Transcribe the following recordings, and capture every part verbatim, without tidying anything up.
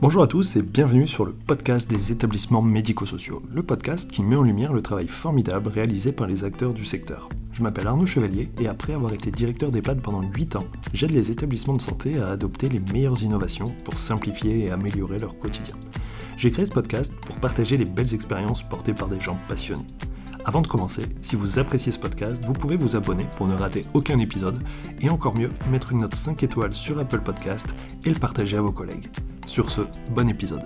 Bonjour à tous et bienvenue sur le podcast des établissements médico-sociaux, le podcast qui met en lumière le travail formidable réalisé par les acteurs du secteur. Je m'appelle Arnaud Chevalier et après avoir été directeur d'EHPAD pendant huit ans, j'aide les établissements de santé à adopter les meilleures innovations pour simplifier et améliorer leur quotidien. J'ai créé ce podcast pour partager les belles expériences portées par des gens passionnés. Avant de commencer, si vous appréciez ce podcast, vous pouvez vous abonner pour ne rater aucun épisode et encore mieux, mettre une note cinq étoiles sur Apple Podcast et le partager à vos collègues. Sur ce, bon épisode.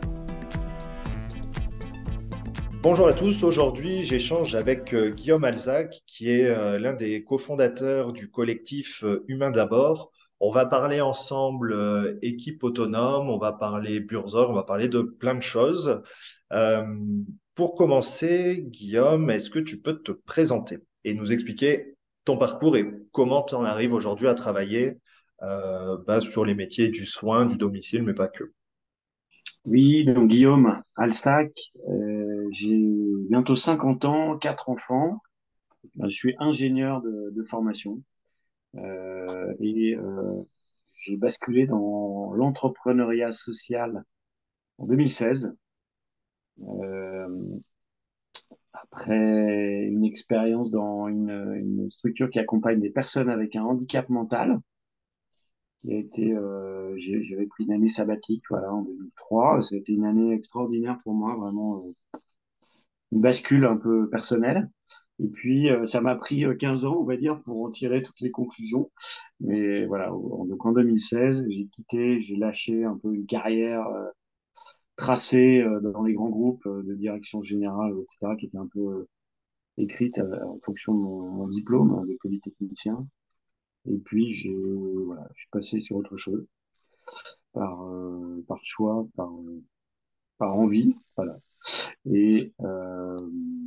Bonjour à tous, aujourd'hui j'échange avec euh, Guillaume Alzac qui est euh, l'un des cofondateurs du collectif euh, Humain d'abord. On va parler ensemble euh, équipe autonome, on va parler Burzor, on va parler de plein de choses. Euh, pour commencer, Guillaume, est-ce que tu peux te présenter et nous expliquer ton parcours et comment tu en arrives aujourd'hui à travailler euh, bah, sur les métiers du soin, du domicile, mais pas que. Oui, donc Guillaume Alsac, euh, j'ai bientôt cinquante ans, quatre enfants. Je suis ingénieur de, de formation euh, et euh, j'ai basculé dans l'entrepreneuriat social en deux mille seize. Euh, Après une expérience dans une, une structure qui accompagne des personnes avec un handicap mental, qui a été, euh, j'ai- j'avais pris une année sabbatique, voilà, en deux mille trois. C'était une année extraordinaire pour moi, vraiment. euh, une bascule un peu personnelle. Et puis, euh, ça m'a pris euh, quinze ans, on va dire, pour en tirer toutes les conclusions. Mais voilà, en- donc en deux mille seize, j'ai quitté, j'ai lâché un peu une carrière euh, tracée euh, dans les grands groupes euh, de direction générale, et cetera, qui était un peu euh, écrite euh, en fonction de mon, mon diplôme hein, de polytechnicien. Et puis, j'ai, voilà, je suis passé sur autre chose, par, euh, par choix, par, euh, par envie, voilà. Et, euh,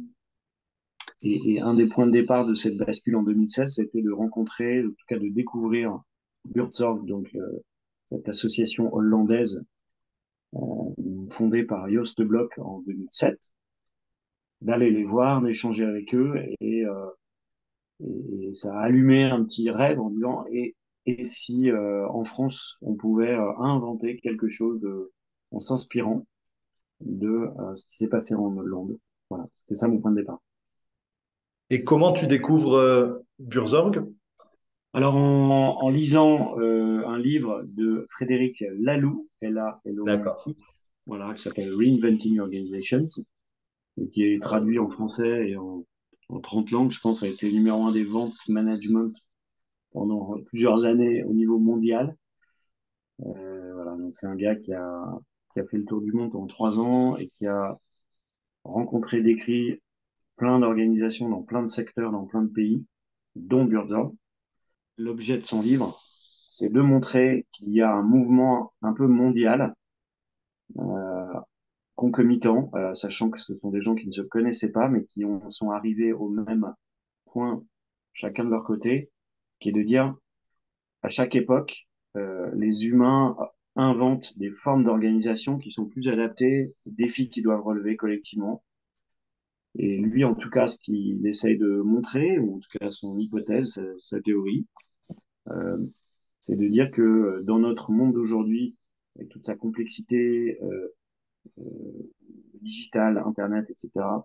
Et, et un des points de départ de cette bascule en deux mille seize, c'était de rencontrer, en tout cas de découvrir Buurtzorg, donc euh, cette association hollandaise euh, fondée par Joost de Blok en deux mille sept, d'aller les voir, d'échanger avec eux, et, euh, et, et ça a allumé un petit rêve en disant et, et si euh, en France on pouvait euh, inventer quelque chose de, en s'inspirant de euh, ce qui s'est passé en Hollande. Voilà, c'était ça mon point de départ. Et comment tu découvres euh, Burzorg? Alors, en, en lisant euh, un livre de Frédéric Laloux, D'accord. L A L O U X, voilà, qui s'appelle Reinventing Organizations, et qui est traduit en français et en, en trente langues, je pense, a été numéro un des ventes management pendant plusieurs années au niveau mondial. Euh, voilà, donc c'est un gars qui a, qui a fait le tour du monde en trois ans et qui a rencontré, décrit plein d'organisations dans plein de secteurs, dans plein de pays, dont Buurtzorg. L'objet de son livre, c'est de montrer qu'il y a un mouvement un peu mondial, euh, concomitant, euh, sachant que ce sont des gens qui ne se connaissaient pas, mais qui ont, sont arrivés au même point, chacun de leur côté, qui est de dire, à chaque époque, euh, les humains inventent des formes d'organisation qui sont plus adaptées aux défis qu'ils doivent relever collectivement. Et lui, en tout cas, ce qu'il essaye de montrer, ou en tout cas son hypothèse, sa, sa théorie, euh, c'est de dire que dans notre monde d'aujourd'hui, avec toute sa complexité euh, euh, digitale, Internet, et cetera,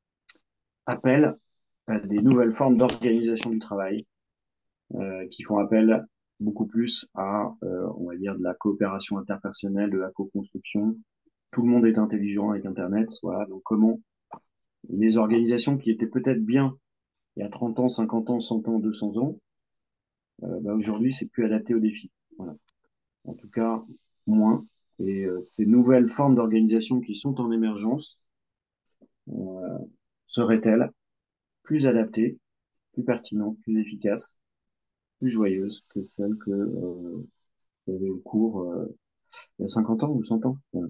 appelle à des nouvelles formes d'organisation du travail euh, qui font appel beaucoup plus à, euh, on va dire, de la coopération interpersonnelle, de la co-construction. Tout le monde est intelligent avec Internet, voilà. Donc comment les organisations qui étaient peut-être bien il y a trente ans, cinquante ans, cent ans, deux cents ans, euh, bah aujourd'hui c'est plus adapté aux défis. Voilà. En tout cas, moins. Et euh, ces nouvelles formes d'organisation qui sont en émergence euh, seraient-elles plus adaptées, plus pertinentes, plus efficaces, plus joyeuses que celles que euh, qu'il y avait au cours euh, il y a cinquante ans ou cent ans. Voilà.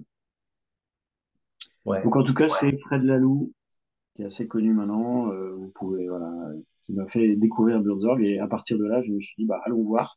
Ouais. Donc en tout cas, ouais. C'est Fred Laloux, qui est assez connu maintenant. Euh, vous pouvez, voilà, qui m'a fait découvrir Buurtzorg. Et à partir de là, je me suis dit, bah, allons voir,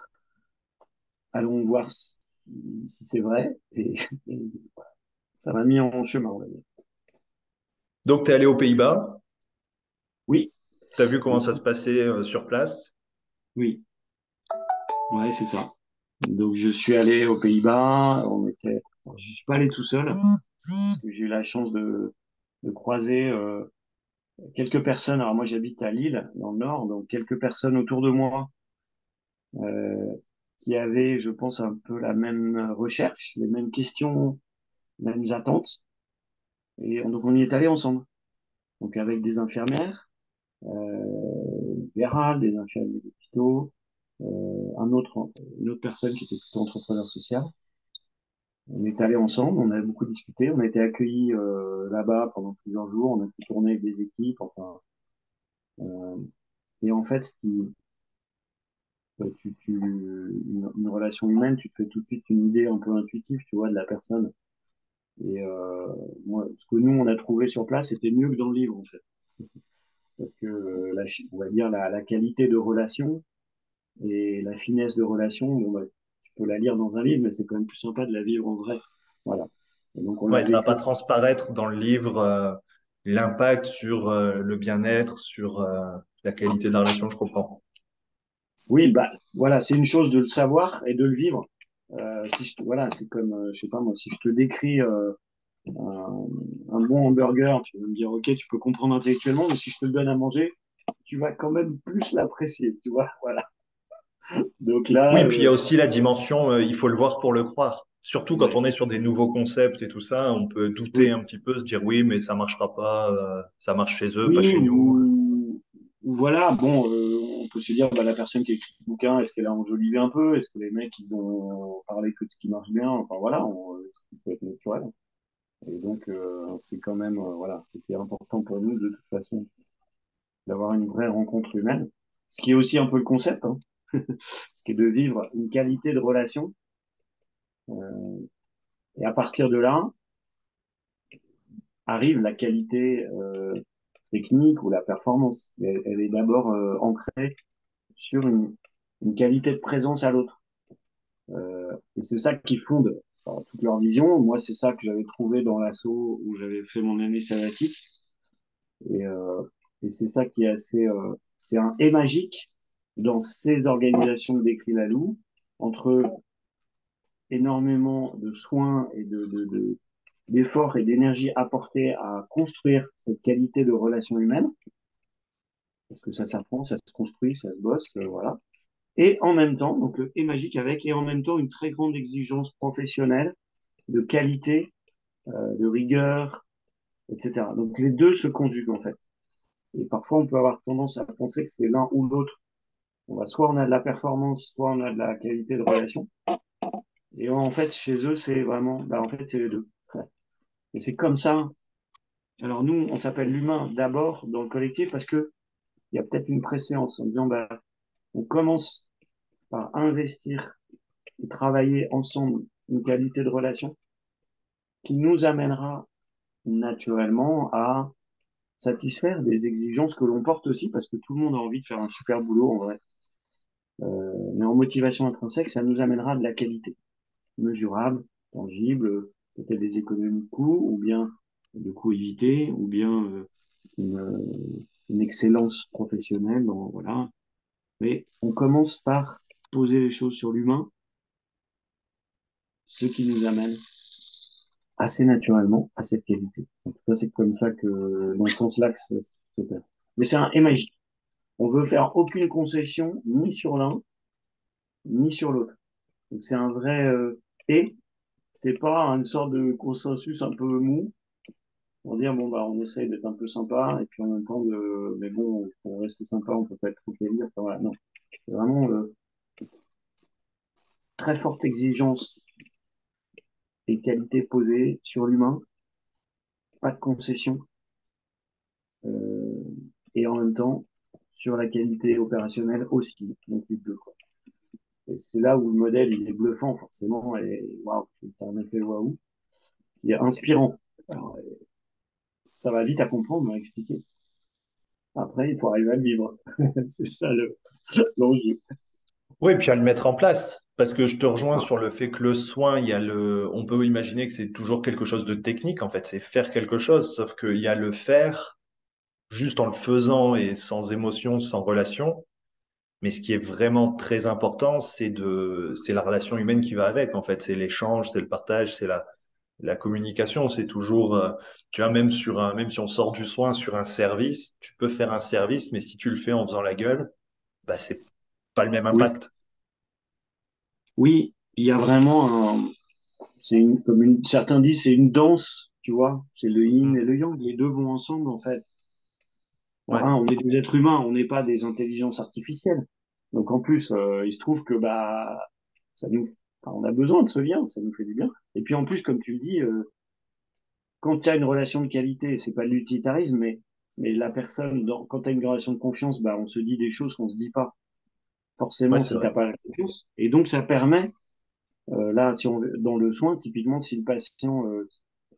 allons voir si, si c'est vrai. Et, et voilà. Ça m'a mis en chemin, on va dire. Donc, tu es allé aux Pays-Bas, Oui, tu as vu comment oui, ça se passait euh, sur place. oui. Ouais, c'est ça. Donc, je suis allé aux Pays-Bas. On était, alors, je suis pas allé tout seul. Parce que j'ai eu la chance de, de croiser euh, quelques personnes. Alors, moi, j'habite à Lille, dans le Nord, donc quelques personnes autour de moi euh, qui avaient, je pense, un peu la même recherche, les mêmes questions, les mêmes attentes. Et donc, on y est allé ensemble. Donc, avec des infirmières, euh, libérales, des infirmiers d'hôpitaux, euh, un autre, une autre personne qui était plutôt entrepreneur social. On est allés ensemble, on a beaucoup discuté, on a été accueillis euh, là-bas pendant plusieurs jours, on a pu tourner avec des équipes, enfin. Euh, et en fait, ce qui, euh, tu, tu, une, une relation humaine, tu te fais tout de suite une idée un peu intuitive, tu vois, de la personne. Et euh, moi, ce que nous on a trouvé sur place, c'était mieux que dans le livre en fait, parce que euh, la, on va dire la, la qualité de relation et la finesse de relation, bon, bah, tu peux la lire dans un livre, mais c'est quand même plus sympa de la vivre en vrai. Voilà. Et donc on l'a Ouais, ça va vécu. pas transparaître dans le livre euh, l'impact sur euh, le bien-être, sur euh, la qualité de la relation, je comprends. Oui, bah voilà, c'est une chose de le savoir et de le vivre. Euh, si je te- voilà, c'est comme, euh, je sais pas moi, si je te décris euh, un, un bon hamburger, tu vas me dire, ok, tu peux comprendre intellectuellement, mais si je te le donne à manger, tu vas quand même plus l'apprécier, tu vois, voilà. Donc là, Oui, puis il y a euh, aussi la dimension, euh, il faut le voir pour le croire. Surtout quand ouais, on est sur des nouveaux concepts et tout ça, on peut douter oui, un petit peu, se dire oui, mais ça marchera pas, euh, ça marche chez eux, pas oui, chez nous. ou, ou voilà, bon, euh, on peut se dire, bah, la personne qui a écrit le bouquin, est-ce qu'elle a enjolivé un peu? Est-ce que les mecs, ils ont parlé que de ce qui marche bien? Enfin voilà, on, ce qui peut être naturel. Et donc, euh, c'est quand même, euh, voilà, c'était important pour nous de toute façon d'avoir une vraie rencontre humaine, ce qui est aussi un peu le concept, hein, ce qui est de vivre une qualité de relation. Euh, et à partir de là, arrive la qualité euh, technique ou la performance. Elle, elle est d'abord euh, ancrée sur une, une qualité de présence à l'autre. Euh, et c'est ça qui fonde alors, toute leur vision. Moi, c'est ça que j'avais trouvé dans l'assaut où j'avais fait mon année sabbatique. Et, euh, et c'est ça qui est assez, euh, c'est un et magique dans ces organisations que décrit Lalou, entre énormément de soins et de, de, de d'efforts et d'énergie apportés à construire cette qualité de relation humaine, parce que ça s'apprend, ça se construit, ça se bosse, euh, voilà. Et en même temps, donc le et magique avec, et en même temps une très grande exigence professionnelle, de qualité, euh, de rigueur, et cetera. Donc les deux se conjuguent en fait. Et parfois on peut avoir tendance à penser que c'est l'un ou l'autre. On va, soit on a de la performance, soit on a de la qualité de relation. Et en fait, chez eux, c'est vraiment, bah, en fait, c'est les deux. Et c'est comme ça. Alors nous, on s'appelle l'humain d'abord dans le collectif parce que il y a peut-être une préséance en disant, bah, on commence par investir et travailler ensemble une qualité de relation qui nous amènera naturellement à satisfaire des exigences que l'on porte aussi parce que tout le monde a envie de faire un super boulot en vrai. Euh, mais en motivation intrinsèque, ça nous amènera de la qualité mesurable, tangible, peut-être des économies de coûts ou bien de coûts évités ou bien euh, une, une excellence professionnelle. Dans, voilà. Mais on commence par poser les choses sur l'humain, ce qui nous amène assez naturellement à cette qualité. En tout cas, c'est comme ça que, dans ce sens-là, que ça se fait. Mais c'est un et magique. On veut faire aucune concession, ni sur l'un, ni sur l'autre. Donc c'est un vrai euh, et, c'est pas une sorte de consensus un peu mou pour dire bon bah on essaye d'être un peu sympa et puis en même temps de mais bon pour rester sympa on peut pas être trop quali. Enfin, voilà, non, c'est vraiment euh, très forte exigence et qualité posée sur l'humain, pas de concession euh, et en même temps sur la qualité opérationnelle aussi. Donc les deux quoi. Et c'est là où le modèle il est bluffant forcément et waouh, c'est un effet waouh, il est inspirant. Alors, ça va vite à comprendre, à expliquer. Après, il faut arriver à le vivre. C'est ça le l'enjeu. Oui, puis à le mettre en place. Parce que je te rejoins sur le fait que le soin, il y a le, on peut imaginer que c'est toujours quelque chose de technique, en fait, c'est faire quelque chose, sauf qu'il y a le faire juste en le faisant et sans émotion, sans relation. Mais ce qui est vraiment très important, c'est de, c'est la relation humaine qui va avec, en fait. C'est l'échange, c'est le partage, c'est la, la communication. C'est toujours, euh, tu vois, même sur un, même si on sort du soin sur un service, tu peux faire un service, mais si tu le fais en faisant la gueule, bah, c'est pas le même Oui, impact. oui, il y a vraiment un, c'est une, comme une, certains disent, c'est une danse, tu vois, c'est le yin Mm. et le yang, les deux vont ensemble, en fait. Bon, Ouais, hein, on est des êtres humains, on n'est pas des intelligences artificielles. Donc, en plus, euh, il se trouve que, bah, ça nous, enfin, on a besoin de ce lien, ça nous fait du bien. Et puis, en plus, comme tu le dis, euh, quand tu as une relation de qualité, c'est pas de l'utilitarisme, mais, mais la personne, dans, quand tu as une relation de confiance, bah, on se dit des choses qu'on se dit pas ouais, forcément c'est si t'as vrai. pas la confiance. Et donc, ça permet, euh, là, si on, dans le soin, typiquement, si le patient euh,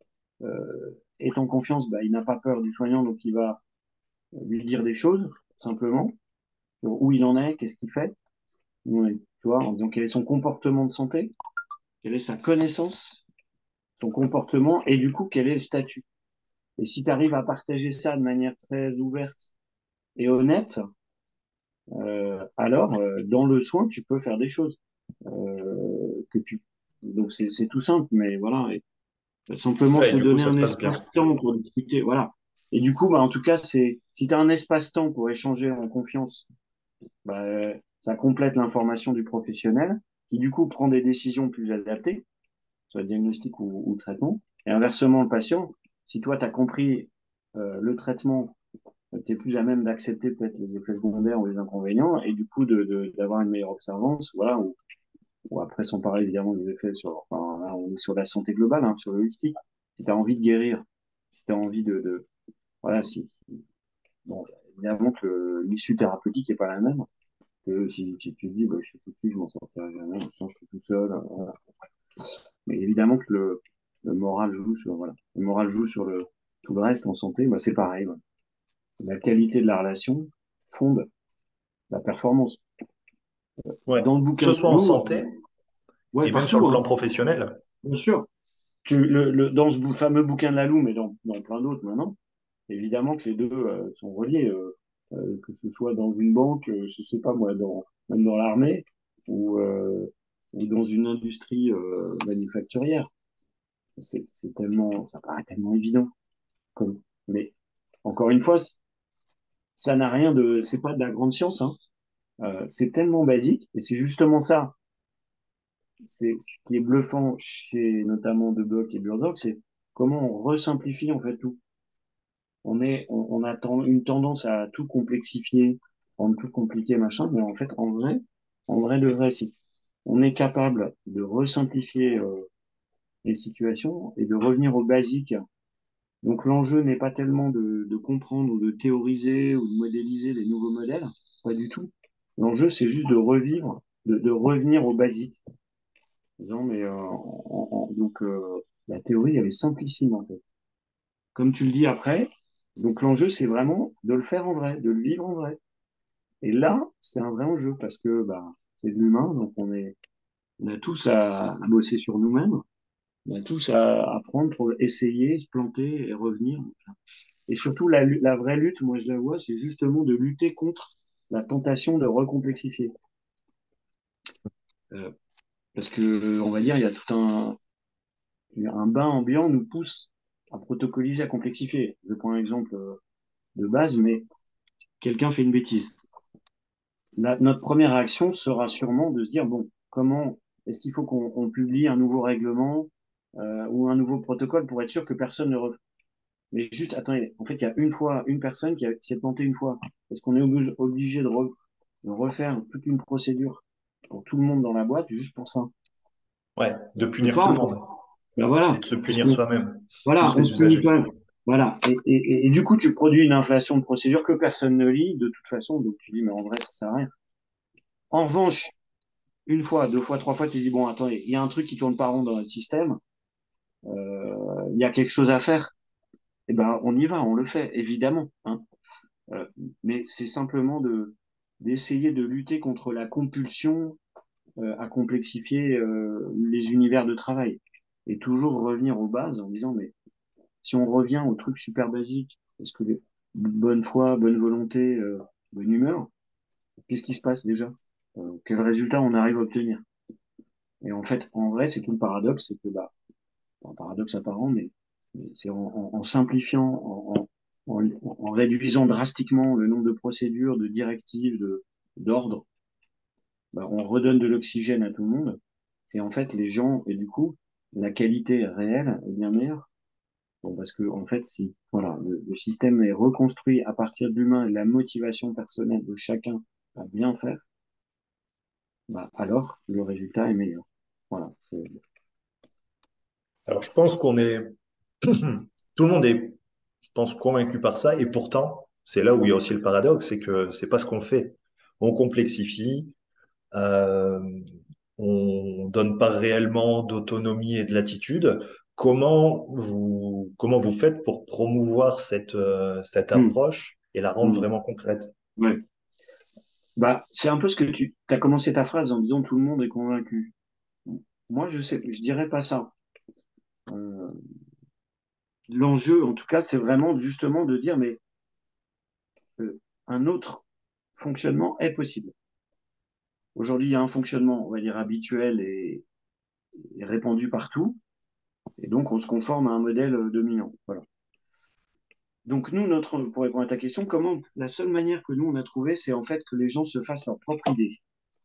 euh, est en confiance, bah, il n'a pas peur du soignant, donc il va lui dire des choses, simplement, sur où il en est, qu'est-ce qu'il fait, ouais, tu vois, en disant quel est son comportement de santé, quelle est sa connaissance, son comportement, et du coup, quel est le statut. Et si tu arrives à partager ça de manière très ouverte et honnête, euh, alors, euh, dans le soin, tu peux faire des choses euh, que tu... Donc, c'est c'est tout simple, mais voilà, et simplement Ouais, et se du coup, donner ça un se passe bien. espace-temps pour discuter, voilà. Et du coup, bah, en tout cas, c'est si tu as un espace-temps pour échanger en confiance, bah, ça complète l'information du professionnel, qui du coup prend des décisions plus adaptées, soit diagnostic ou, ou traitement. Et inversement, le patient, si toi, tu as compris euh, le traitement, tu es plus à même d'accepter peut-être les effets secondaires ou les inconvénients, et du coup, de, de, d'avoir une meilleure observance, voilà, ou, ou après, sans parler évidemment des effets sur, enfin, là, on est sur la santé globale, hein, sur le holistique. Si tu as envie de guérir, si tu as envie de, de, voilà, si, bon, évidemment que l'issue thérapeutique est pas la même que si, si tu te dis, bah, je suis foutu, je m'en sortirai jamais, je suis tout seul, voilà. Mais évidemment que le, le moral joue sur, voilà, le moral joue sur le, tout le reste en santé, bah, c'est pareil, voilà. La qualité de la relation fonde la performance. Ouais. Dans le Que bouquin ce de soit en Lou, santé ouais, et même sur partout, le plan hein, professionnel. bien sûr. Tu, le, le, dans ce bou- fameux bouquin de la Lou, mais dans, dans plein d'autres maintenant, évidemment que les deux euh, sont reliés, euh, euh, que ce soit dans une banque, euh, je sais pas moi, dans, même dans l'armée ou, euh, ou dans une industrie euh, manufacturière. C'est, c'est tellement, ça paraît tellement évident. Comme, mais encore une fois, ça n'a rien de, c'est pas de la grande science, hein. Euh, c'est tellement basique et c'est justement ça. C'est ce qui est bluffant chez notamment De Bock et Burdock, c'est comment on resimplifie en fait tout. On est, on, on a ten- une tendance à tout complexifier, rendre tout compliqué, machin, mais en fait, en vrai, en vrai de vrai, si on est capable de resimplifier euh, les situations et de revenir au basique. Donc l'enjeu n'est pas tellement de, de comprendre ou de théoriser ou de modéliser les nouveaux modèles, pas du tout. L'enjeu, c'est juste de revivre, de, de revenir au basique. Non, mais euh, en- en- donc euh, la théorie, elle est simplissime en fait. Comme tu le dis après, donc l'enjeu, c'est vraiment de le faire en vrai, de le vivre en vrai. Et là, c'est un vrai enjeu parce que bah, c'est de l'humain, donc on est, on a tous à, à bosser sur nous-mêmes, on a tous à apprendre pour essayer, se planter et revenir. Et surtout, la, la vraie lutte, moi je la vois, c'est justement de lutter contre la tentation de recomplexifier. Euh, parce que, on va dire, il y a tout un, un bain ambiant nous pousse à protocoliser, à complexifier. Je prends un exemple euh, de base, mais quelqu'un fait une bêtise. La, notre première réaction sera sûrement de se dire, bon, comment est-ce qu'il faut qu'on on publie un nouveau règlement euh, ou un nouveau protocole pour être sûr que personne ne... Re... Mais juste, attendez, en fait, il y a une fois, une personne qui, a, qui s'est plantée une fois. Est-ce qu'on est obligé, obligé de, re, de refaire toute une procédure pour tout le monde dans la boîte juste pour ça? Ouais, de Je sais punir pas, tout en le fait. monde Ben et voilà, de se parce punir que soi-même, voilà, plus on les se punit usagers. soi-même. Voilà. Et, et, et, et du coup, tu produis une inflation de procédure que personne ne lit de toute façon. Donc tu dis, mais en vrai, ça sert à rien. En revanche, une fois, deux fois, trois fois, tu dis, bon, attendez, il y a un truc qui tourne pas rond dans notre système, euh, il y a quelque chose à faire. Eh ben, on y va, on le fait, évidemment, hein. Euh, mais c'est simplement de d'essayer de lutter contre la compulsion euh, à complexifier euh, les univers de travail et toujours revenir aux bases en disant, mais si on revient au truc super basique, parce que les, bonne foi, bonne volonté, euh, bonne humeur, Qu'est-ce qui se passe déjà? Euh, quel résultat on arrive à obtenir? Et en fait, en vrai, c'est tout le paradoxe, c'est que bah, un paradoxe apparent, mais, mais c'est en, en, en simplifiant, en, en, en, réduisant drastiquement le nombre de procédures, de directives, de d'ordres, bah, on redonne de l'oxygène à tout le monde. Et en fait, les gens, et du coup, la qualité réelle est bien meilleure. Bon, parce que en fait, si voilà, le, le système est reconstruit à partir de l'humain et de la motivation personnelle de chacun à bien faire, bah, alors le résultat est meilleur. Voilà. C'est... Alors, je pense qu'on est, tout le monde est, je pense, convaincu par ça, et pourtant, c'est là où il y a aussi le paradoxe, c'est que c'est pas ce qu'on fait. On complexifie, euh, on donne pas réellement d'autonomie et de latitude. Comment vous, comment vous faites pour promouvoir cette, euh, cette Hum, approche et la rendre hum, vraiment concrète? ouais. Bah, c'est un peu ce que tu as commencé ta phrase en disant tout le monde est convaincu. Moi, je sais, je dirais pas ça. Euh, L'enjeu, en tout cas, c'est vraiment justement de dire, mais euh, un autre fonctionnement est possible. Aujourd'hui, il y a un fonctionnement, on va dire, habituel et, et répandu partout, et donc on se conforme à un modèle euh, dominant. Voilà. Donc nous, notre, pour répondre à ta question, comment la seule manière que nous on a trouvé, c'est en fait que les gens se fassent leur propre idée.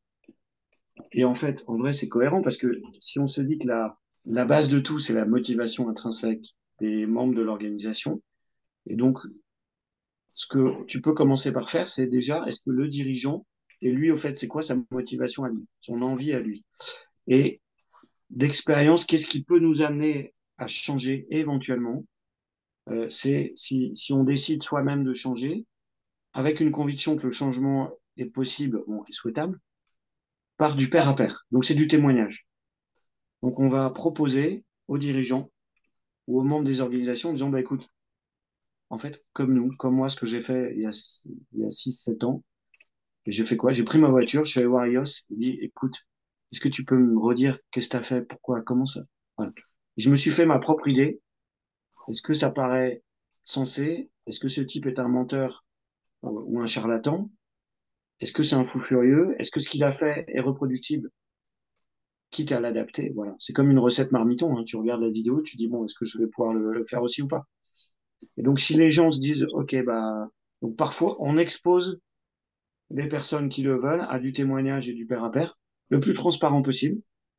Et en fait, en vrai, c'est cohérent parce que si on se dit que la, la base de tout, c'est la motivation intrinsèque des membres de l'organisation, et donc ce que tu peux commencer par faire, c'est déjà, est-ce que le dirigeant, et lui, au fait, c'est quoi sa motivation à lui, son envie à lui? Et d'expérience, qu'est-ce qui peut nous amener à changer éventuellement? Euh, c'est si, si on décide soi-même de changer, avec une conviction que le changement est possible, bon, est souhaitable, par du pair à pair. Donc c'est du témoignage. Donc on va proposer aux dirigeants ou aux membres des organisations en disant, bah, écoute, en fait, comme nous, comme moi, ce que j'ai fait il y a, il y a six sept ans, et j'ai fait quoi? J'ai pris ma voiture, je suis allé voir I O S, et dit, écoute, est-ce que tu peux me redire qu'est-ce que tu as fait, pourquoi, comment ça? Voilà. Et je me suis fait ma propre idée. Est-ce que ça paraît sensé? Est-ce que ce type est un menteur ou un charlatan? Est-ce que c'est un fou furieux? Est-ce que ce qu'il a fait est reproductible, quitte à l'adapter? Voilà. C'est comme une recette marmiton, hein. Tu regardes la vidéo, tu dis, bon, est-ce que je vais pouvoir le, le faire aussi ou pas? Et donc, si les gens se disent, OK, bah, donc parfois, on expose les personnes qui le veulent à du témoignage et du pair à pair, le plus transparent possible.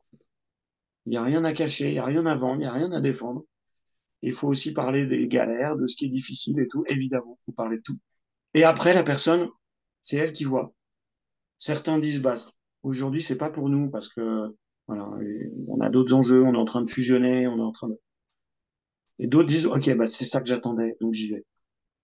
Il n'y a rien à cacher, il n'y a rien à vendre, il n'y a rien à défendre. Il faut aussi parler des galères, de ce qui est difficile et tout. Évidemment, il faut parler de tout. Et après, la personne, c'est elle qui voit. Certains disent, bah, aujourd'hui, c'est pas pour nous parce que, voilà, on a d'autres enjeux, on est en train de fusionner, on est en train de... Et d'autres disent, OK, bah, c'est ça que j'attendais, donc j'y vais.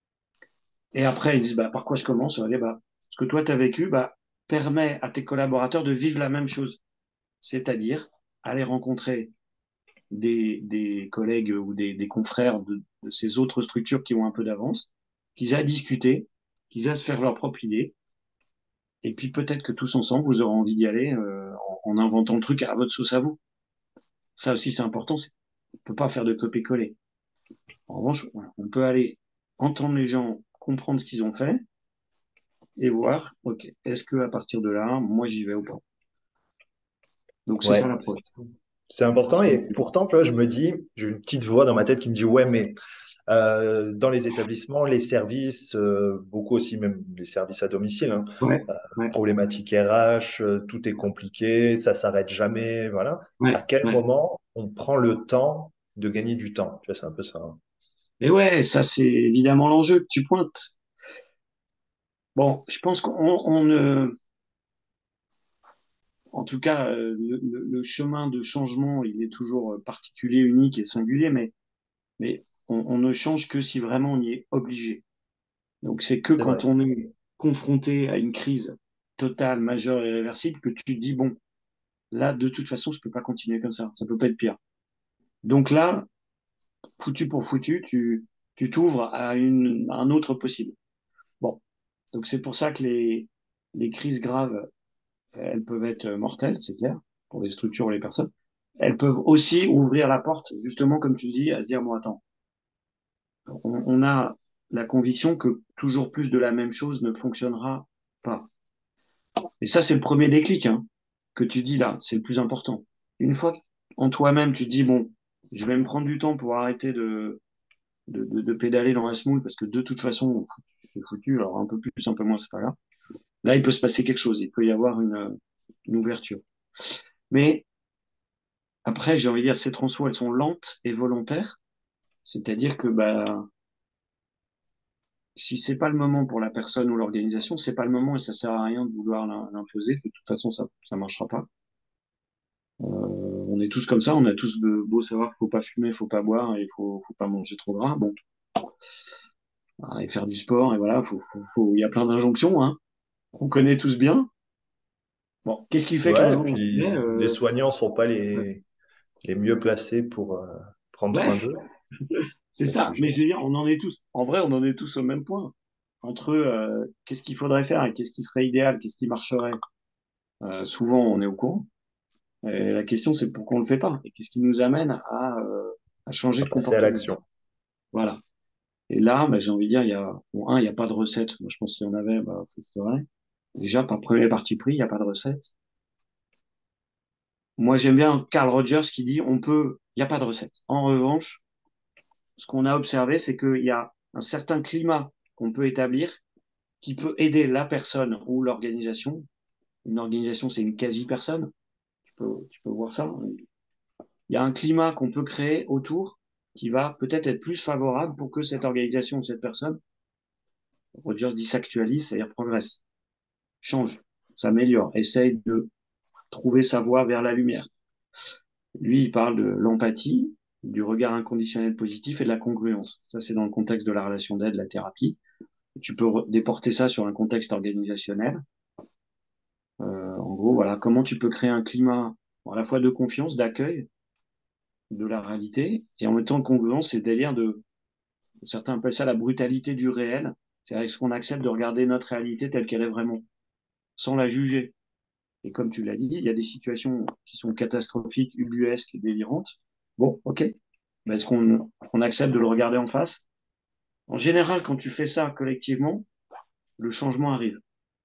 Et après, ils disent, bah, par quoi je commence? Allez, bah, ce que toi, tu as vécu, bah, permet à tes collaborateurs de vivre la même chose. C'est-à-dire, aller rencontrer des, des collègues ou des, des confrères de, de ces autres structures qui ont un peu d'avance, qu'ils aient à discuter, qu'ils aient à se faire leur propre idée. Et puis peut-être que tous ensemble, vous aurez envie d'y aller euh, en, en inventant le truc à votre sauce à vous. Ça aussi, c'est important. C'est, on ne peut pas faire de copier-coller. En revanche, voilà, on peut aller entendre les gens, comprendre ce qu'ils ont fait et voir, OK, est-ce que à partir de là, moi j'y vais ou pas? Donc c'est ça Ouais, l'approche. c'est important. Et pourtant, tu vois, je me dis, j'ai une petite voix dans ma tête qui me dit, ouais, mais euh, dans les établissements, les services, euh, beaucoup aussi même les services à domicile, hein, Ouais, euh, ouais, problématique R H, euh, tout est compliqué, ça s'arrête jamais, voilà. À ouais, quel ouais. moment on prend le temps de gagner du temps? Tu vois, c'est un peu ça, hein. Et ouais, ça c'est évidemment l'enjeu que tu pointes. Bon, je pense qu'on on ne, en tout cas, euh, le, le- le chemin de changement, il est toujours euh, particulier, unique et singulier, mais, mais on, on ne change que si vraiment on y est obligé. Donc c'est que C'est vrai. quand on est confronté à une crise totale, majeure et irréversible que tu te dis, bon, là, de toute façon, je peux pas continuer comme ça, ça peut pas être pire. Donc là, foutu pour foutu, tu, tu t'ouvres à une, à un autre possible. Bon, donc c'est pour ça que les, les crises graves, elles peuvent être mortelles, c'est clair, pour les structures ou les personnes. Elles peuvent aussi ouvrir la porte, justement, comme tu le dis, à se dire, bon, attends, on, on a la conviction que toujours plus de la même chose ne fonctionnera pas. Et ça, c'est le premier déclic hein, que tu dis là, c'est le plus important. Une fois en toi-même, tu te dis, bon, je vais me prendre du temps pour arrêter de, de, de, de pédaler dans la semoule, parce que de toute façon, c'est foutu, alors un peu plus, un peu moins, c'est pas grave. Là, il peut se passer quelque chose, il peut y avoir une, une ouverture. Mais après, j'ai envie de dire, ces transfos, elles sont lentes et volontaires, c'est-à-dire que bah, si c'est pas le moment pour la personne ou l'organisation, c'est pas le moment et ça sert à rien de vouloir l'imposer. De toute façon, ça, ça marchera pas. Euh, on est tous comme ça, on a tous beau savoir qu'il faut pas fumer, il faut pas boire et il faut, faut pas manger trop gras. Bon, et faire du sport et voilà, faut, faut, faut... il y a plein d'injonctions, hein. On connaît tous bien. Bon, qu'est-ce qui fait qu'un Ouais, jour on se dit, puis les euh... soignants sont pas les, les mieux placés pour euh, prendre soin ouais, d'eux c'est sur le ça. Mais sujet. je veux dire, on en est tous. En vrai, on en est tous au même point. Entre euh, qu'est-ce qu'il faudrait faire et qu'est-ce qui serait idéal, qu'est-ce qui marcherait. Euh, souvent, on est au courant. Et la question, c'est pourquoi on le fait pas et qu'est-ce qui nous amène à, euh, à changer À de passer à comportement. l'action. Voilà. Et là, bah, j'ai envie de dire, il y a, bon, un, il n'y a pas de recette. Moi, je pense qu'il y en avait, bah, ce serait. Déjà, par premier parti pris, il n'y a pas de recette. Moi, j'aime bien Carl Rogers qui dit, on peut, il n'y a pas de recette. En revanche, ce qu'on a observé, c'est qu'il y a un certain climat qu'on peut établir qui peut aider la personne ou l'organisation. Une organisation, c'est une quasi-personne. Tu peux, tu peux voir ça. Il y a un climat qu'on peut créer autour qui va peut-être être plus favorable pour que cette organisation ou cette personne, Rogers dit s'actualise, c'est-à-dire progresse, change, s'améliore, essaye de trouver sa voie vers la lumière. Lui, il parle de l'empathie, du regard inconditionnel positif et de la congruence. Ça, c'est dans le contexte de la relation d'aide, la thérapie. Tu peux déporter ça sur un contexte organisationnel. Euh, en gros, voilà, comment tu peux créer un climat à la fois de confiance, d'accueil de la réalité, et en même temps de congruence, c'est-à-dire de, certains appellent ça la brutalité du réel, c'est-à-dire qu'on accepte de regarder notre réalité telle qu'elle est vraiment, sans la juger. Et comme tu l'as dit, il y a des situations qui sont catastrophiques, ubuesques et délirantes. Bon, ok. Mais est-ce qu'on on accepte de le regarder en face? En général, quand tu fais ça collectivement, le changement arrive.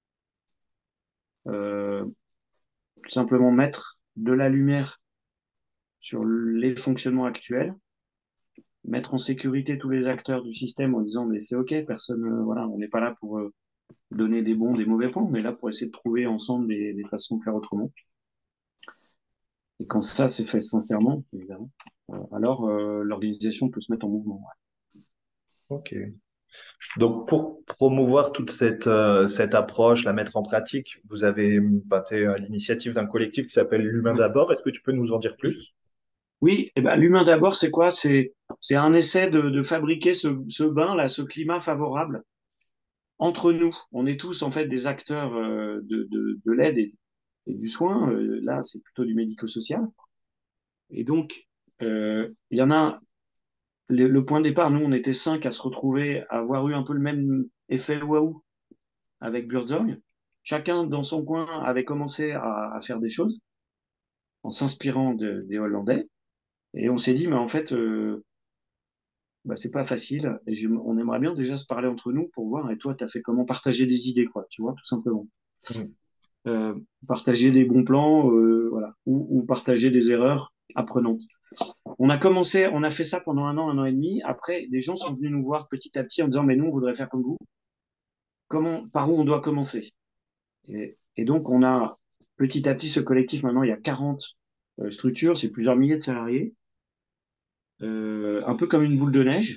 Euh, simplement mettre de la lumière sur les fonctionnements actuels, mettre en sécurité tous les acteurs du système en disant mais c'est ok, personne, euh, voilà, on n'est pas là pour euh, donner des bons, des mauvais points, on est là pour essayer de trouver ensemble des, des façons de faire autrement. Et quand ça c'est fait sincèrement, évidemment, euh, alors euh, l'organisation peut se mettre en mouvement. Ok. Donc, pour promouvoir toute cette, euh, cette approche, la mettre en pratique, vous avez bah, été à l'initiative d'un collectif qui s'appelle l'Humain Ouais. d'abord. Est-ce que tu peux nous en dire plus? Oui, eh ben, l'humain d'abord, c'est quoi? C'est c'est un essai de, de fabriquer ce, ce bain là, ce climat favorable entre nous. On est tous en fait des acteurs euh, de, de, de l'aide et, et du soin. Euh, là, c'est plutôt du médico-social. Et donc, euh, il y en a le, le point de départ. Nous, on était cinq à se retrouver, à avoir eu un peu le même effet waouh avec Burzog. Chacun dans son coin avait commencé à, à faire des choses en s'inspirant de, des Hollandais. Et on s'est dit, mais en fait, euh, bah, c'est pas facile. Et je- on aimerait bien déjà se parler entre nous pour voir. Et toi, tu as fait comment partager des idées, quoi, tu vois, tout simplement. Mm. Euh, partager des bons plans, euh, voilà, ou, ou partager des erreurs apprenantes. On a commencé, on a fait ça pendant un an, un an et demi. Après, des gens sont venus nous voir petit à petit en disant, mais nous, on voudrait faire comme vous. Comment, par où on doit commencer? Et, et donc, on a petit à petit ce collectif. Maintenant, il y a quarante euh, structures, c'est plusieurs milliers de salariés, euh, un peu comme une boule de neige.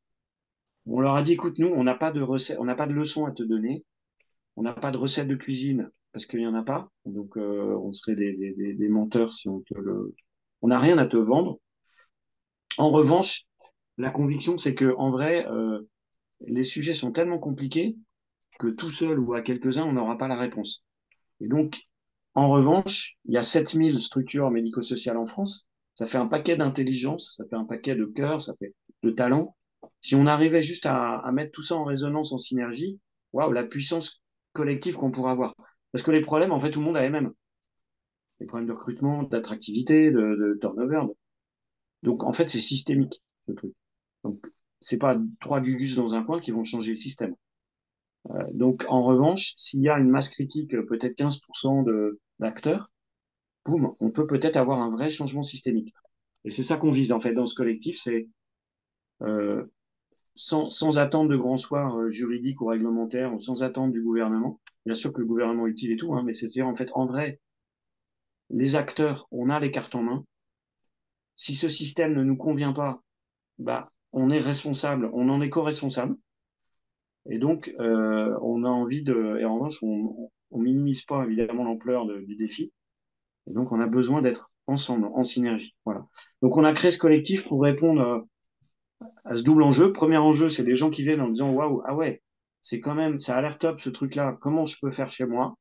On leur a dit, écoute, nous, on n'a pas de recettes, on n'a pas de leçons à te donner, on n'a pas de recettes de cuisine parce qu'il n'y en a pas. Donc, euh, on serait des, des, des, des menteurs si on te le. On n'a rien à te vendre. En revanche, la conviction, c'est que en vrai, euh, les sujets sont tellement compliqués que tout seul ou à quelques-uns, on n'aura pas la réponse. Et donc, en revanche, il y a sept mille structures médico-sociales en France. Ça fait un paquet d'intelligence, ça fait un paquet de cœur, ça fait de talent. Si on arrivait juste à, à mettre tout ça en résonance, en synergie, waouh, la puissance collective qu'on pourrait avoir. Parce que les problèmes, en fait, tout le monde a les mêmes. Les problèmes de recrutement, d'attractivité, de, de turnover. Donc, en fait, c'est systémique, ce truc. Donc, c'est pas trois gugus dans un coin qui vont changer le système. Euh, donc, en revanche, s'il y a une masse critique, euh, peut-être quinze pour cent de, d'acteurs, boum, on peut peut-être avoir un vrai changement systémique. Et c'est ça qu'on vise, en fait, dans ce collectif, c'est euh, sans, sans attendre de grands soirs euh, juridiques ou réglementaires, ou sans attendre du gouvernement. Bien sûr que le gouvernement est utile et tout, hein, mais c'est-à-dire, en fait, en vrai, les acteurs, on a les cartes en main. Si ce système ne nous convient pas, bah, on est responsable, on en est co-responsable. Et donc, euh, on a envie de, et en revanche, on, on minimise pas évidemment l'ampleur de- du défi. Et donc, on a besoin d'être ensemble, en synergie. Voilà. Donc, on a créé ce collectif pour répondre euh, à ce double enjeu. Premier enjeu, c'est des gens qui viennent en disant, waouh, ah ouais, c'est quand même, ça a l'air top ce truc-là. Comment je peux faire chez moi?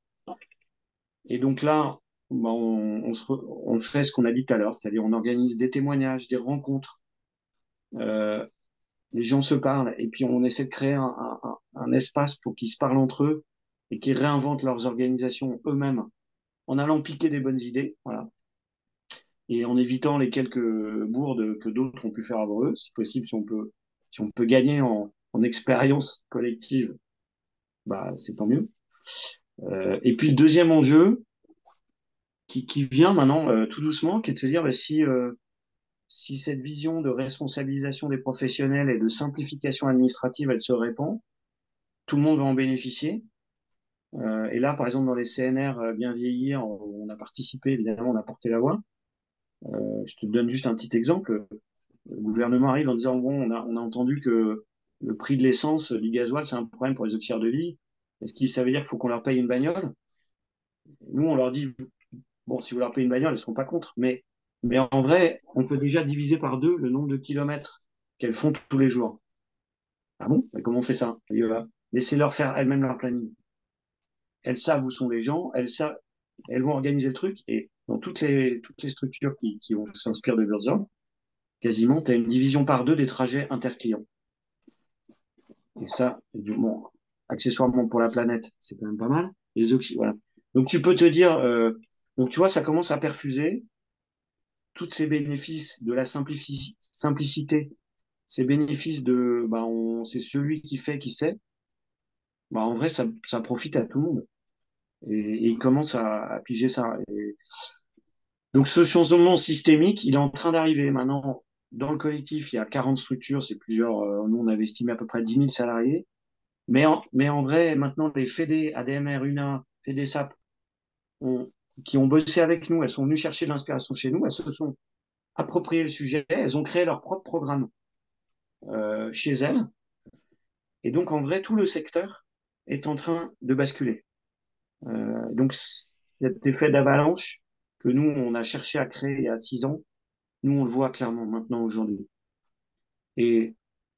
Et donc là, bah, on, on, se re- on fait ce qu'on a dit tout à l'heure, c'est-à-dire on organise des témoignages, des rencontres. Euh, les gens se parlent et puis on essaie de créer un, un, un espace pour qu'ils se parlent entre eux et qu'ils réinventent leurs organisations eux-mêmes en allant piquer des bonnes idées, voilà, et en évitant les quelques bourdes que d'autres ont pu faire avant eux, si possible, si on peut, si on peut gagner en, en expérience collective, bah c'est tant mieux. Euh, et puis le deuxième enjeu qui, qui vient maintenant euh, tout doucement, qui est de se dire bah, si euh, si cette vision de responsabilisation des professionnels et de simplification administrative, elle se répand, tout le monde va en bénéficier. Euh, et là, par exemple, dans les C N R euh, bien vieillir, on, on a participé, évidemment, on a porté la voix. Euh, je te donne juste un petit exemple. Le gouvernement arrive en disant, bon, on a, on a entendu que le prix de l'essence, du gasoil, c'est un problème pour les auxiliaires de vie. Est-ce que ça veut dire qu'il faut qu'on leur paye une bagnole? Nous, on leur dit, bon, si vous leur payez une bagnole, ils ne seront pas contre. Mais, mais en vrai, on peut déjà diviser par deux le nombre de kilomètres qu'elles font tous les jours. Ah bon? Mais comment on fait ça? Laissez-leur faire elles-mêmes leur planning. Elles savent où sont les gens, elles savent, elles vont organiser le truc. Et dans toutes les, toutes les structures qui, qui s'inspirent de Burzum, quasiment, tu as une division par deux des trajets interclients. Et ça, du, bon, accessoirement pour la planète, c'est quand même pas mal. Les oxy, voilà. Donc tu peux te dire, euh, donc tu vois, ça commence à perfuser tous ces bénéfices de la simplifi- simplicité, ces bénéfices de, bah, on, c'est celui qui fait, qui sait. Bah, en vrai, ça, ça profite à tout le monde. Et, et il commence à, à piger ça. Et donc ce changement systémique, il est en train d'arriver maintenant. Dans le collectif, il y a quarante structures, c'est plusieurs, euh, nous on avait estimé à peu près dix mille salariés. Mais en, mais en vrai, maintenant, les Fédé, A D M R, U N A, FEDESAP, ont, qui ont bossé avec nous, elles sont venues chercher de l'inspiration chez nous, elles se sont appropriées le sujet, elles ont créé leur propre programme euh, chez elles. Et donc, en vrai, tout le secteur est en train de basculer. Euh, donc, cet effet d'avalanche que nous, on a cherché à créer il y a six ans, nous, on le voit clairement maintenant aujourd'hui. Et,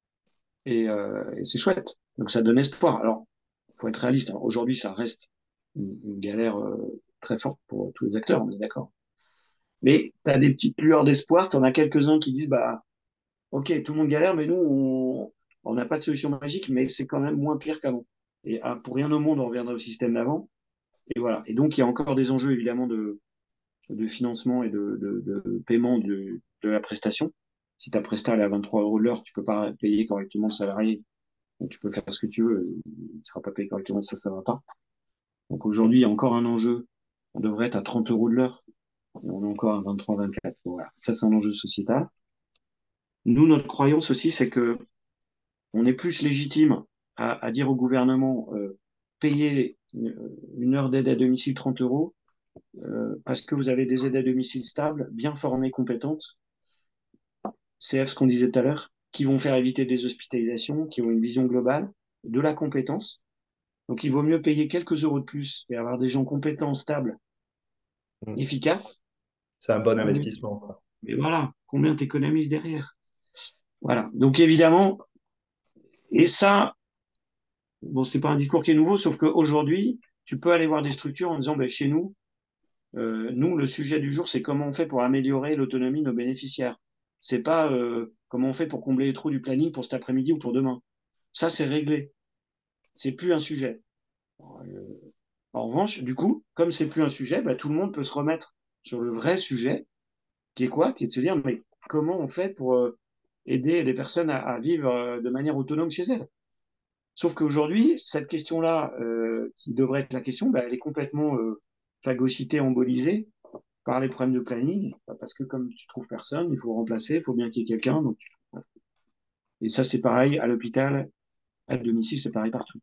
et, euh, et c'est chouette. Donc, ça donne espoir. Alors, il faut être réaliste. Hein. Aujourd'hui, ça reste une, une galère euh, très forte pour tous les acteurs, on est d'accord. Mais tu as des petites lueurs d'espoir, tu en as quelques-uns qui disent, bah, ok, tout le monde galère, mais nous, on on n'a pas de solution magique, mais c'est quand même moins pire qu'avant. Et ah, pour rien au monde, on reviendra au système d'avant. Et voilà. Et donc, il y a encore des enjeux, évidemment, de, de financement et de, de, de paiement de, de la prestation. Si ta presta elle est à vingt-trois euros de l'heure, tu peux pas payer correctement le salarié. Donc, tu peux faire ce que tu veux, il ne sera pas payé correctement, ça, ça va pas. Donc aujourd'hui, il y a encore un enjeu. On devrait être à trente euros de l'heure. Et on est encore à vingt-trois, vingt-quatre. Voilà. Ça, c'est un enjeu sociétal. Nous, notre croyance aussi, c'est que on est plus légitime à, à dire au gouvernement, euh, payer une heure d'aide à domicile trente euros, euh, parce que vous avez des aides à domicile stables, bien formées, compétentes, C F, ce qu'on disait tout à l'heure, qui vont faire éviter des hospitalisations, qui ont une vision globale, de la compétence. Donc, il vaut mieux payer quelques euros de plus et avoir des gens compétents, stables, Mm. efficaces. C'est un bon Euh, investissement, quoi. mais voilà, combien tu économises derrière? Voilà. Donc, évidemment, et ça, bon, c'est pas un discours qui est nouveau, sauf qu'aujourd'hui, tu peux aller voir des structures en disant, ben, chez nous, euh, nous, le sujet du jour, c'est comment on fait pour améliorer l'autonomie de nos bénéficiaires. C'est pas euh, comment on fait pour combler les trous du planning pour cet après-midi ou pour demain. Ça, c'est réglé. C'est plus un sujet. Euh, en revanche, du coup, comme c'est plus un sujet, bah, tout le monde peut se remettre sur le vrai sujet, qui est quoi? Qui est de se dire, mais comment on fait pour euh, aider les personnes à, à vivre euh, de manière autonome chez elles? Sauf qu'aujourd'hui, cette question-là, euh, qui devrait être la question, bah, elle est complètement euh, phagocytée, embolisée par les problèmes de planning, parce que comme tu trouves personne, il faut remplacer, il faut bien qu'il y ait quelqu'un. Donc tu- Et ça, c'est pareil à l'hôpital, à domicile, c'est pareil partout.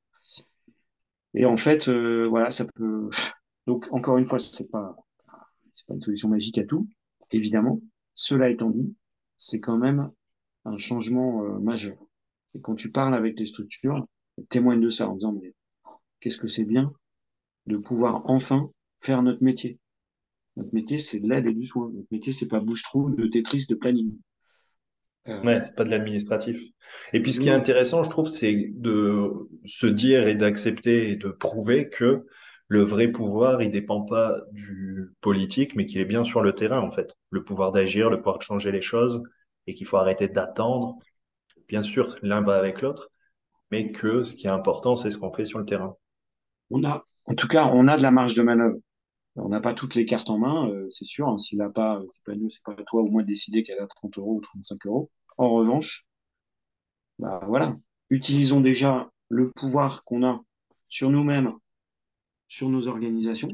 Et en fait, euh, voilà, ça peut. Donc encore une fois, c'est pas, c'est pas une solution magique à tout, évidemment. Cela étant dit, c'est quand même un changement euh, majeur. Et quand tu parles avec les structures, elles témoignent de ça en disant, mais qu'est-ce que c'est bien de pouvoir enfin faire notre métier. Notre métier, c'est de l'aide et du soin. Notre métier, c'est pas bouche-trou de Tetris, de planning. Ouais, Euh, c'est pas de l'administratif. Et puis ce qui est non, intéressant, je trouve, c'est de se dire et d'accepter et de prouver que le vrai pouvoir, il dépend pas du politique, mais qu'il est bien sur le terrain, en fait. Le pouvoir d'agir, le pouvoir de changer les choses, et qu'il faut arrêter d'attendre. Bien sûr, l'un va avec l'autre, mais que ce qui est important, c'est ce qu'on fait sur le terrain. on a, en tout cas, on a de la marge de manœuvre. On n'a pas toutes les cartes en main, euh, c'est sûr. Hein, s'il n'a pas, c'est pas nous, c'est pas toi ou moi de décider qu'elle a trente euros ou trente-cinq euros. En revanche, bah voilà, utilisons déjà le pouvoir qu'on a sur nous-mêmes, sur nos organisations,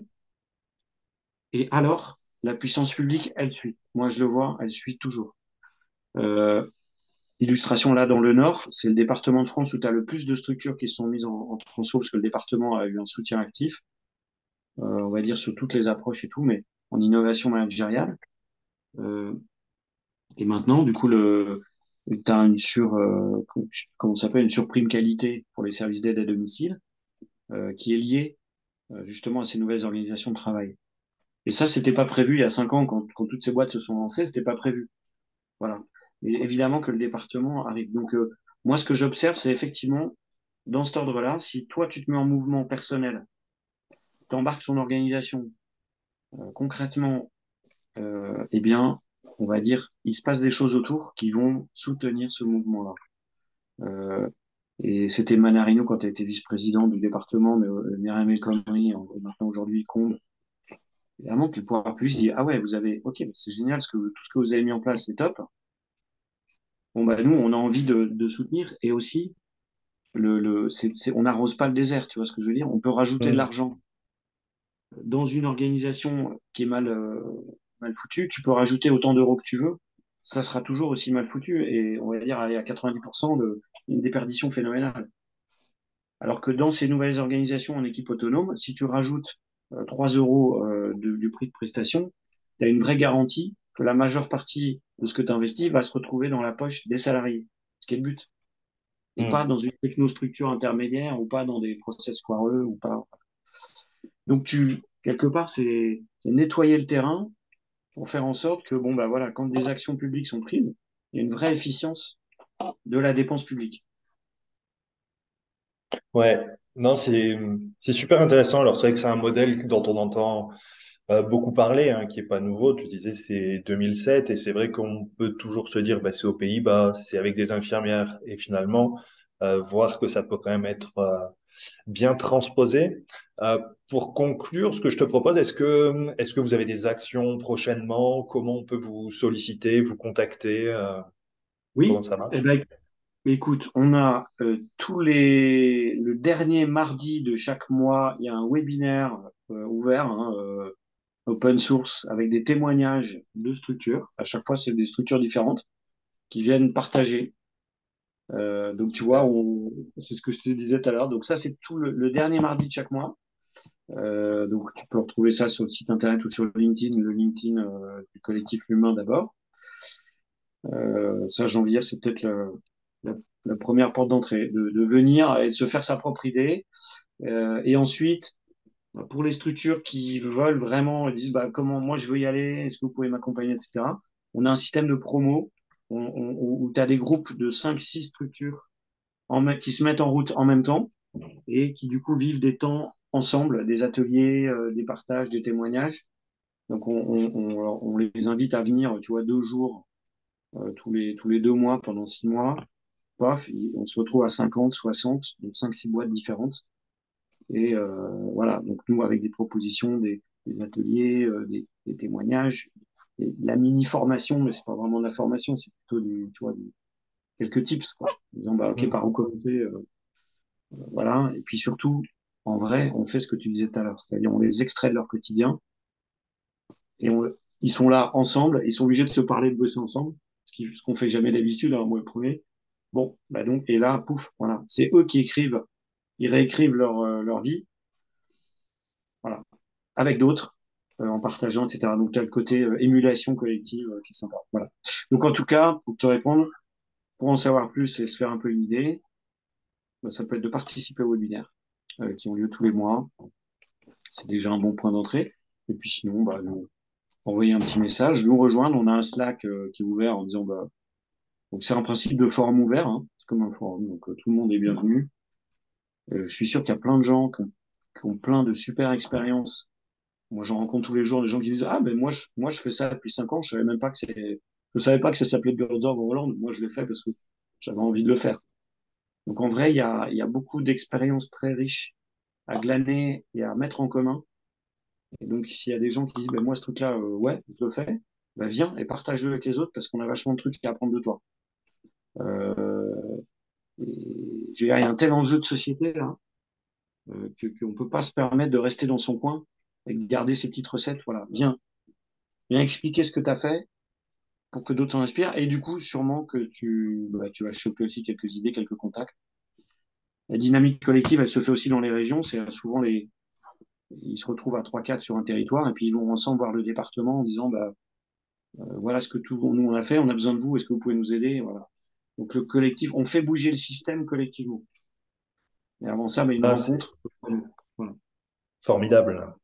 et alors la puissance publique, elle suit. Moi, je le vois, elle suit toujours. Euh, Illustration là dans le Nord, c'est le département de France où tu as le plus de structures qui sont mises en, en transfo parce que le département a eu un soutien actif, euh, on va dire sur toutes les approches et tout, mais en innovation managériale. Euh, et maintenant, du coup, le, tu as une sur, euh, comment ça s'appelle, une surprime qualité pour les services d'aide à domicile euh, qui est liée euh, justement à ces nouvelles organisations de travail. Et ça, c'était pas prévu il y a cinq ans quand, quand toutes ces boîtes se sont lancées, c'était pas prévu. Voilà. Et évidemment que le département arrive. Donc, euh, moi, ce que j'observe, c'est effectivement, dans cet ordre-là, si toi, tu te mets en mouvement personnel, tu embarques ton organisation, euh, concrètement, euh, eh bien, on va dire, il se passe des choses autour qui vont soutenir ce mouvement-là. Euh, et c'était Manarino quand tu été vice-président du département, mais euh, Myriam El Khomri, maintenant aujourd'hui Combe. Évidemment que le pouvoir public dit, ah ouais, vous avez, ok, c'est génial, ce que, tout ce que vous avez mis en place, c'est top. Bon, bah, nous, on a envie de, de soutenir et aussi, le, le, c'est, c'est, on n'arrose pas le désert, tu vois ce que je veux dire? On peut rajouter de Mm. l'argent dans une organisation qui est mal, euh, mal foutue. Tu peux rajouter autant d'euros que tu veux. Ça sera toujours aussi mal foutu et on va dire aller à quatre-vingt-dix pour cent de une déperdition phénoménale. Alors que dans ces nouvelles organisations en équipe autonome, si tu rajoutes euh, trois euros euh, de, du prix de prestation, tu as une vraie garantie que la majeure partie de ce que tu investis va se retrouver dans la poche des salariés, ce qui est le but. Et pas Mm. dans une technostructure intermédiaire ou pas dans des process foireux ou pas. Donc tu, quelque part, c'est c'est nettoyer le terrain pour faire en sorte que, bon, bah voilà, quand des actions publiques sont prises, il y a une vraie efficience de la dépense publique. Ouais, non, c'est c'est super intéressant. Alors c'est vrai que c'est un modèle dont on entend euh, beaucoup parler, hein, qui est pas nouveau. Tu disais c'est deux mille sept et c'est vrai qu'on peut toujours se dire bah, c'est aux Pays-Bas, c'est avec des infirmières et finalement euh, voir que ça peut quand même être euh, bien transposé. Euh, pour conclure, ce que je te propose, est-ce que est-ce que vous avez des actions prochainement? Comment on peut vous solliciter, vous contacter? Euh, comment Oui, ça eh marche? ben, écoute, on a euh, tous les le dernier mardi de chaque mois, il y a un webinaire euh, ouvert, hein, euh, open source, avec des témoignages de structures. À chaque fois, c'est des structures différentes qui viennent partager. Euh, donc, tu vois, Super. on, c'est ce que je te disais tout à l'heure. Donc, ça, c'est tout le, le dernier mardi de chaque mois. Euh, donc, tu peux retrouver ça sur le site internet ou sur LinkedIn, le LinkedIn euh, du collectif Humain d'abord. Euh, ça, j'ai envie de dire, c'est peut-être la, la, la première porte d'entrée, de, de venir et de se faire sa propre idée. Euh, et ensuite, pour les structures qui veulent vraiment, disent bah, comment moi je veux y aller, est-ce que vous pouvez m'accompagner, et cetera. On a un système de promo on, on, où tu as des groupes de cinq six structures en, qui se mettent en route en même temps et qui du coup vivent des temps ensemble, des ateliers, euh, des partages, des témoignages. Donc on, on, on, on les invite à venir, tu vois, deux jours euh, tous les tous les deux mois pendant six mois. Paf, on se retrouve à cinquante, soixante, donc cinq, six boîtes différentes. Et euh, voilà, donc nous avec des propositions, des, des ateliers, euh, des, des, témoignages, et la mini formation, mais c'est pas vraiment de la formation, c'est plutôt du, tu vois, du, quelques tips, quoi. En disant bah ok, par où commencer, euh, Voilà. Et puis surtout, en vrai, on fait ce que tu disais tout à l'heure, c'est-à-dire on les extrait de leur quotidien et on, ils sont là ensemble, ils sont obligés de se parler, de bosser ensemble, ce qui, ce qu'on fait jamais d'habitude, hein, moi le premier. Bon, bah donc, et là, pouf, voilà, c'est eux qui écrivent, ils réécrivent leur, euh, leur vie, voilà, avec d'autres, euh, en partageant, et cetera. Donc, tu as le côté euh, émulation collective euh, qui est sympa. Voilà. Donc, en tout cas, pour te répondre, pour en savoir plus et se faire un peu une idée, bah, ça peut être de participer aux webinaires euh, qui ont lieu tous les mois. C'est déjà un bon point d'entrée. Et puis sinon, bah, nous envoyer un petit message, nous rejoindre. On a un Slack euh, qui est ouvert en disant, bah, donc c'est un principe de forum ouvert, hein. C'est comme un forum, donc euh, tout le monde est bienvenu. Euh, je suis sûr qu'il y a plein de gens qui ont, qui ont plein de super expériences. Moi, j'en rencontre tous les jours des gens qui disent, ah, ben moi, je, moi, je fais ça depuis cinq ans. Je savais même pas que c'est, je savais pas que ça s'appelait Birds of Hollande. Moi, je l'ai fait parce que j'avais envie de le faire. Donc, en vrai, il y a, il y a beaucoup d'expériences très riches à glaner et à mettre en commun. Et donc, s'il y a des gens qui disent, ben moi, ce truc-là, euh, ouais, je le fais, ben viens et partage-le avec les autres parce qu'on a vachement de trucs à apprendre de toi. Euh, et, il y a un tel enjeu de société là euh, que qu'on peut pas se permettre de rester dans son coin et de garder ses petites recettes. Voilà, viens, viens expliquer ce que tu as fait pour que d'autres s'en inspirent. Et du coup, sûrement que tu, bah, tu vas choper aussi quelques idées, quelques contacts. La dynamique collective, elle se fait aussi dans les régions. C'est souvent les, ils se retrouvent à trois quatre sur un territoire et puis ils vont ensemble voir le département en disant, bah, euh, voilà ce que tout nous on a fait, on a besoin de vous, est-ce que vous pouvez nous aider? Voilà. Donc le collectif, on fait bouger le système collectivement. Et avant ça, bah, une Ah, c'est rencontre. Voilà. formidable.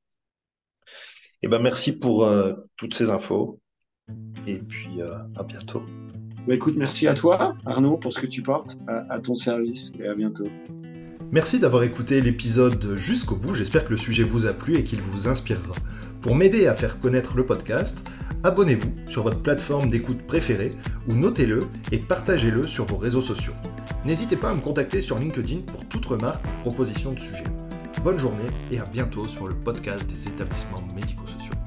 Et ben, merci pour euh, toutes ces infos. Et puis, euh, à bientôt. Bah, écoute, merci à toi, Arnaud, pour ce que tu portes, à, à ton service, et à bientôt. Merci d'avoir écouté l'épisode jusqu'au bout, j'espère que le sujet vous a plu et qu'il vous inspirera. Pour m'aider à faire connaître le podcast, abonnez-vous sur votre plateforme d'écoute préférée ou notez-le et partagez-le sur vos réseaux sociaux. N'hésitez pas à me contacter sur LinkedIn pour toute remarque ou proposition de sujet. Bonne journée et à bientôt sur le podcast des établissements médico-sociaux.